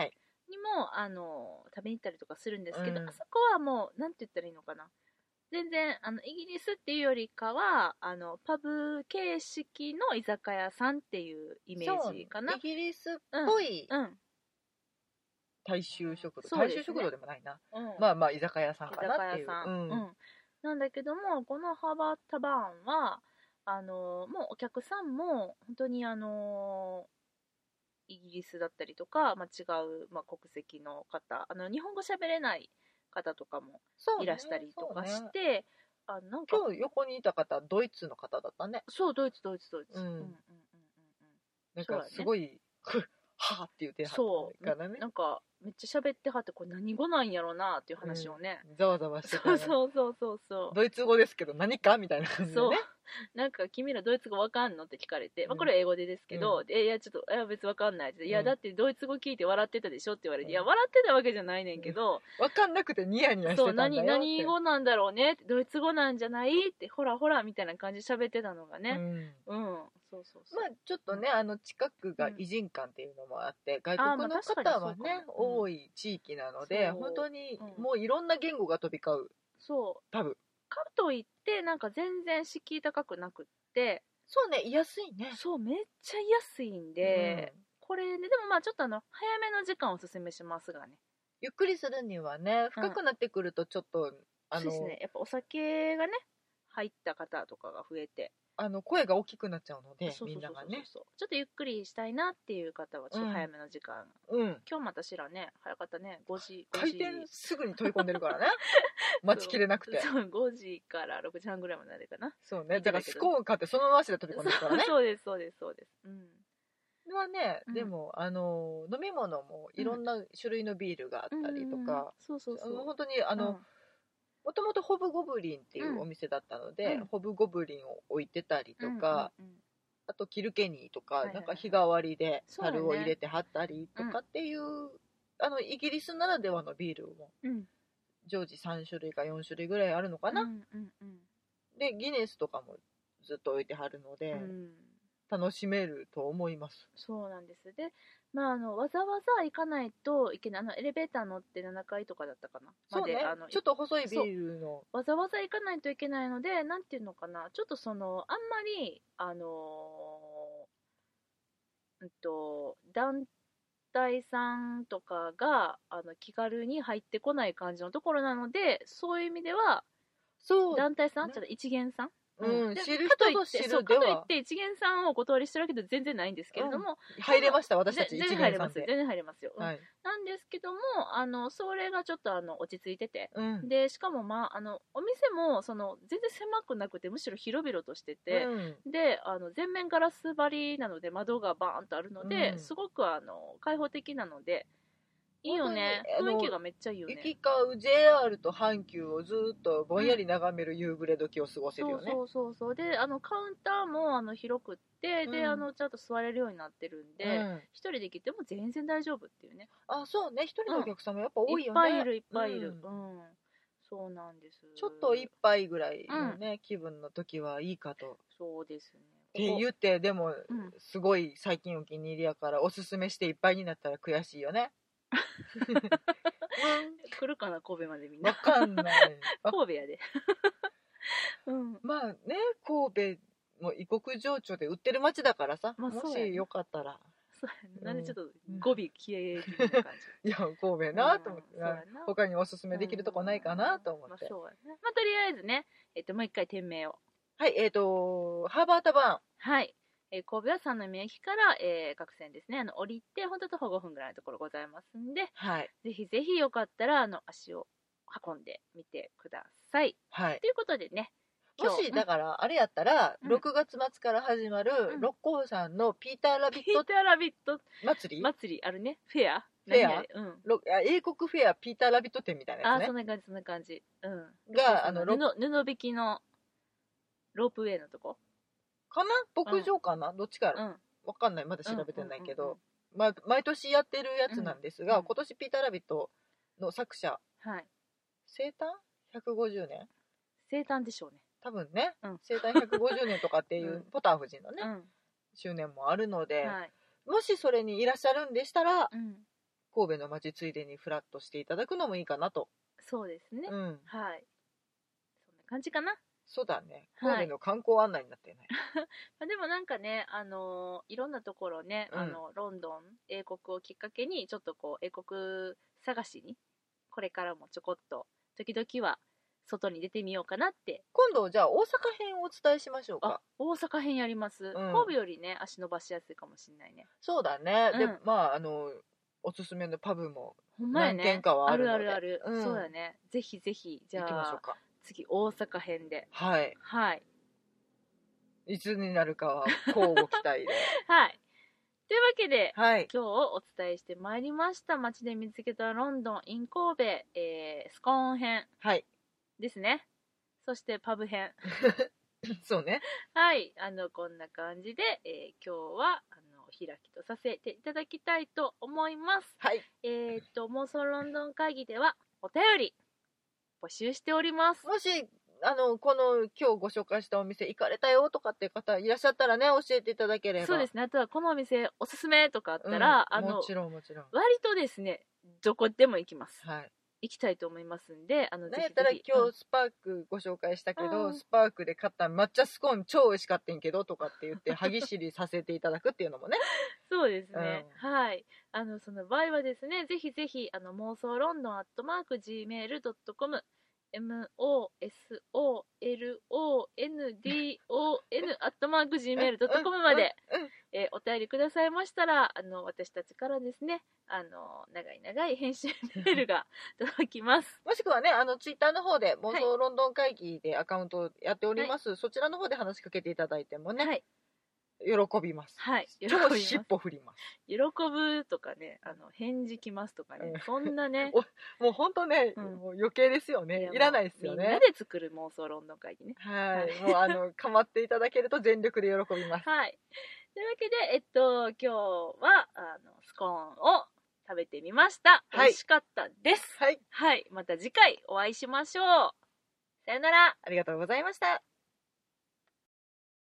にもあの食べに行ったりとかするんですけど、 うんあそこはもうなんて言ったらいいのかな、全然あのイギリスっていうよりかはあのパブ形式の居酒屋さんっていうイメージかな。 イギリスっぽいうん、うん大衆食堂、 そうですね大衆食堂でもないな、 うん、 まあまあ居酒屋さんかなっていう。 居酒屋さん、 うんうんなんだけども、このハーバータバーンはあのもうお客さんも本当にあのイギリスだったりとか、まあ、違う、まあ、国籍の方、あの日本語喋れない方とかもそうねいらしたりとかしそうねて、あなんか今日横にいた方ドイツの方だったね。 そうドイツドイツドイツ、 うんうんうんうんうんなんかすごい、ふはぁって言ってはそうったからね。 なんかめっちゃ喋ってはって、これ何語なんやろなっていう話をね、 うんざわざわしてたそうね。 そうそうそうそうドイツ語ですけど何かみたいな感じでそうね。 なんか君らドイツ語わかんのって聞かれて、まあ、 うんこれは英語でですけど、 うんでいやちょっといや別にわかんないって、いやうんだってドイツ語聞いて笑ってたでしょって言われて、 うんいや笑ってたわけじゃないねんけど、 分かんなくてニヤニヤしてそうたんだよって。 何何語なんだろうねって、ドイツ語なんじゃないってほらほらみたいな感じで喋ってたのがね、 うんうん、そうそうそう、 まあちょっとね、あの近くが異人館っていうのもあって、外国のあーまあ確かに方はね、 そうかもうん多い地域なので、 そう本当にうんもういろんな言語が飛び交うそう多分。 かといってなんか全然敷居高くなくって、 そうね、居やすいね。 そうめっちゃ安いんで、これねでもまあちょっとあの早めの時間をおすすめしますがね、 ゆっくりするにはね、深くなってくるとちょっと、あのそうですね、やっぱお酒がね入った方とかが増えて、 あの声が大きくなっちゃうので、 そうそうそうそうみんながね。 そうちょっとゆっくりしたいなっていう方はちょっと早めの時間、 うん。 今日も私らね早かったね、ごじご開じ店すぐに飛び込んでるからね。待ちきれなくて。 そうそうごじからろくじはんぐらいまでかな。 そうね。 見てたけどだからスコーン買ってその足で飛び込んでるからね。 そうですそうですそうです、うんはね、 うんでもあの飲み物もいろんな種類のビールがあったりとうんか、 そうそうそう、 あの本当にあの、 うんもともとホブゴブリンっていうお店だったので、 うんホブゴブリンを置いてたりとか、 うんうんうんあとキルケニーとか、 はいはいはいなんか日替わりでそうだね樽を入れてはったりとかっていう、あのイギリスならではのビールもうん常時さん種類かよん種類ぐらいあるのかな、 うんうんうんでギネスとかもずっと置いてはるので、 うん楽しめると思います。 そうなんです。で、まあ、あのわざわざ行かないといけない、あのエレベーター乗ってななかいとかだったかな、 そうねまであのちょっと細いビールのわざわざ行かないといけないので、なんていうのかな、ちょっとそのあんまりあのーうんと団体さんとかがあの気軽に入ってこない感じのところなので、そういう意味ではそう団体さん、 ねちょっと一元さん、 うん、 で知るかといって人ぞ知そうかといっるではて一元さんをお断りしてるわけでは全然ないんですけれども、 入れました私たち一ぜ全然入元さんで、 れますよ全然入れますよ、うんはい、 なんですけども、あのそれがちょっとあの落ち着いてて、 うんでしかも、まあ、あのお店もその全然狭くなくてむしろ広々としてて、 うんであの全面ガラス張りなので窓がバーンとあるので、 うんすごくあの開放的なのでいいよね、 本当に雰囲気がめっちゃいいよね。 行き交う ジェイアール と阪急をずっとぼんやり眺める夕暮れ時を過ごせるよね。 そうそうそうそうで、あのカウンターもあの広くって、でうんあのちゃんと座れるようになってるんで、 うん一人で来ても全然大丈夫っていうね。 あ、そうね、一人のお客様やっぱ多いよね。 いっぱいいるいっぱいいる、 ううんんそうなんです。 ちょっと一杯ぐらいのね、気分の時はいいかと。 そうですね。 って言ってでも、 うんすごい最近お気に入りやからおすすめしていっぱいになったら悔しいよね。 来るかな神戸までみんわな。 かんない。あ神戸やで。うん。 まあね、神戸も異国情緒で売ってる街だからさ、 まあもそうやねしよかったら、 そうやね。なんでちょっとうん語尾消え気味な感じ。 いや神戸なと思って、 うんそうやな他におすすめできるとこないかなと思って。 まあそうやね。まあとりあえずね、えっともう一回店名を。 はい、えっ、とハーバータバはい。えー神戸は三宮駅から、えー各線ですね、あの降りて、ほんと徒歩ごふんぐらいのところございますんで、 ーン。はい。 ぜひぜひよかったら、あの、足を運んでみてください。 はい。 ということでね、 もしだからあれやったら、 うんろくがつ末から始まるうん六甲山のピーターラビットピーターラビット祭り、 祭りあるね、フェアフェア何あれうん。 ろあ英国フェアピーターラビット展みたいなあー、 やつねそんな感じ、そんな感じ。うん。 があの布、布引きのロープウェイのとこかな牧場かな、どっちかうん。 わかんない、まだ調べてないけど、 うんうんうんまあ、毎年やってるやつなんですが、 うん今年ピーターラビットの作者はい。 生誕ひゃくごじゅうねん生誕でしょうね。 多分ね、 うん生誕ひゃくごじゅうねんとかっていう、 うんポター夫人のね、 うん。 周年もあるので、 はい。 もしそれにいらっしゃるんでしたら、 うん。 神戸の街ついでにフラッとしていただくのもいいかなと。 そうですね、 うん、 はい、そんな感じかな。 そうだね、神戸の観光案内になってない、 はい、でもなんかね、あのー、いろんなところね、 うん、 あのロンドン英国をきっかけにちょっとこう英国探しにこれからもちょこっと時々は外に出てみようかなって。 今度じゃあ大阪編をお伝えしましょうか。 あ、大阪編やります、うん、神戸よりね足伸ばしやすいかもしれないね。 そうだね、うん、でまああのおすすめのパブも何軒かはあるので、 ね、あるあるある、うん、そうだね、ぜひぜひじゃあ行きましょうか。次大阪編で、 はいはい、 いつになるかは乞うご期待ではいというわけで、 はい、 今日お伝えしてまいりました街で見つけたロンドン in 神戸、えー、スコーン編ですね、はい、そしてパブ編そうね、 はいあのこんな感じで、えー、今日はあの開きとさせていただきたいと思います。 はい、 えー、っと妄想ロンドン会議ではお便り募集しております。 もしあのこの今日ご紹介したお店行かれたよとかっていう方いらっしゃったらね、教えていただければ。 そうですね、あとはこのお店おすすめとかあったら、 うん、 あのもちろんもちろん割とですねどこでも行きます、 はい、 行きたいと思いますんで、あのなんやったら今日スパークご紹介したけど、うん、スパークで買った抹茶スコーン超美味しかったんけどとかって言って歯ぎしりさせていただくっていうのもねそうですね、うん、はい、あのその場合はですね、ぜひぜひあの妄想ロンドンアットマーク ジーメールドットコム モーソロンドン アットマーク ジーメールドットコム まで、えー、お便りくださいましたら、あの私たちからですね、あの長い長い編集メールが届きます。 もしくはね、あのツイッターの方で妄想ロンドン会議でアカウントやっております、はい、そちらの方で話しかけていただいてもね、はい、喜びます。 はい、喜びます。超尻尾振ります。 喜ぶとかね、あの返事きますとかね、うん、そんなねもう本当ね、うん、もう余計ですよね。いらないですよね。 みんなで作る妄想ロンドン会議ね。 はい、もうあの構っていただけると全力で喜びます。 はい。というわけで、えっと今日はあのスコーンを食べてみました。美味しかったです。 はい。 はい。また次回お会いしましょう。さよなら。 ありがとうございました。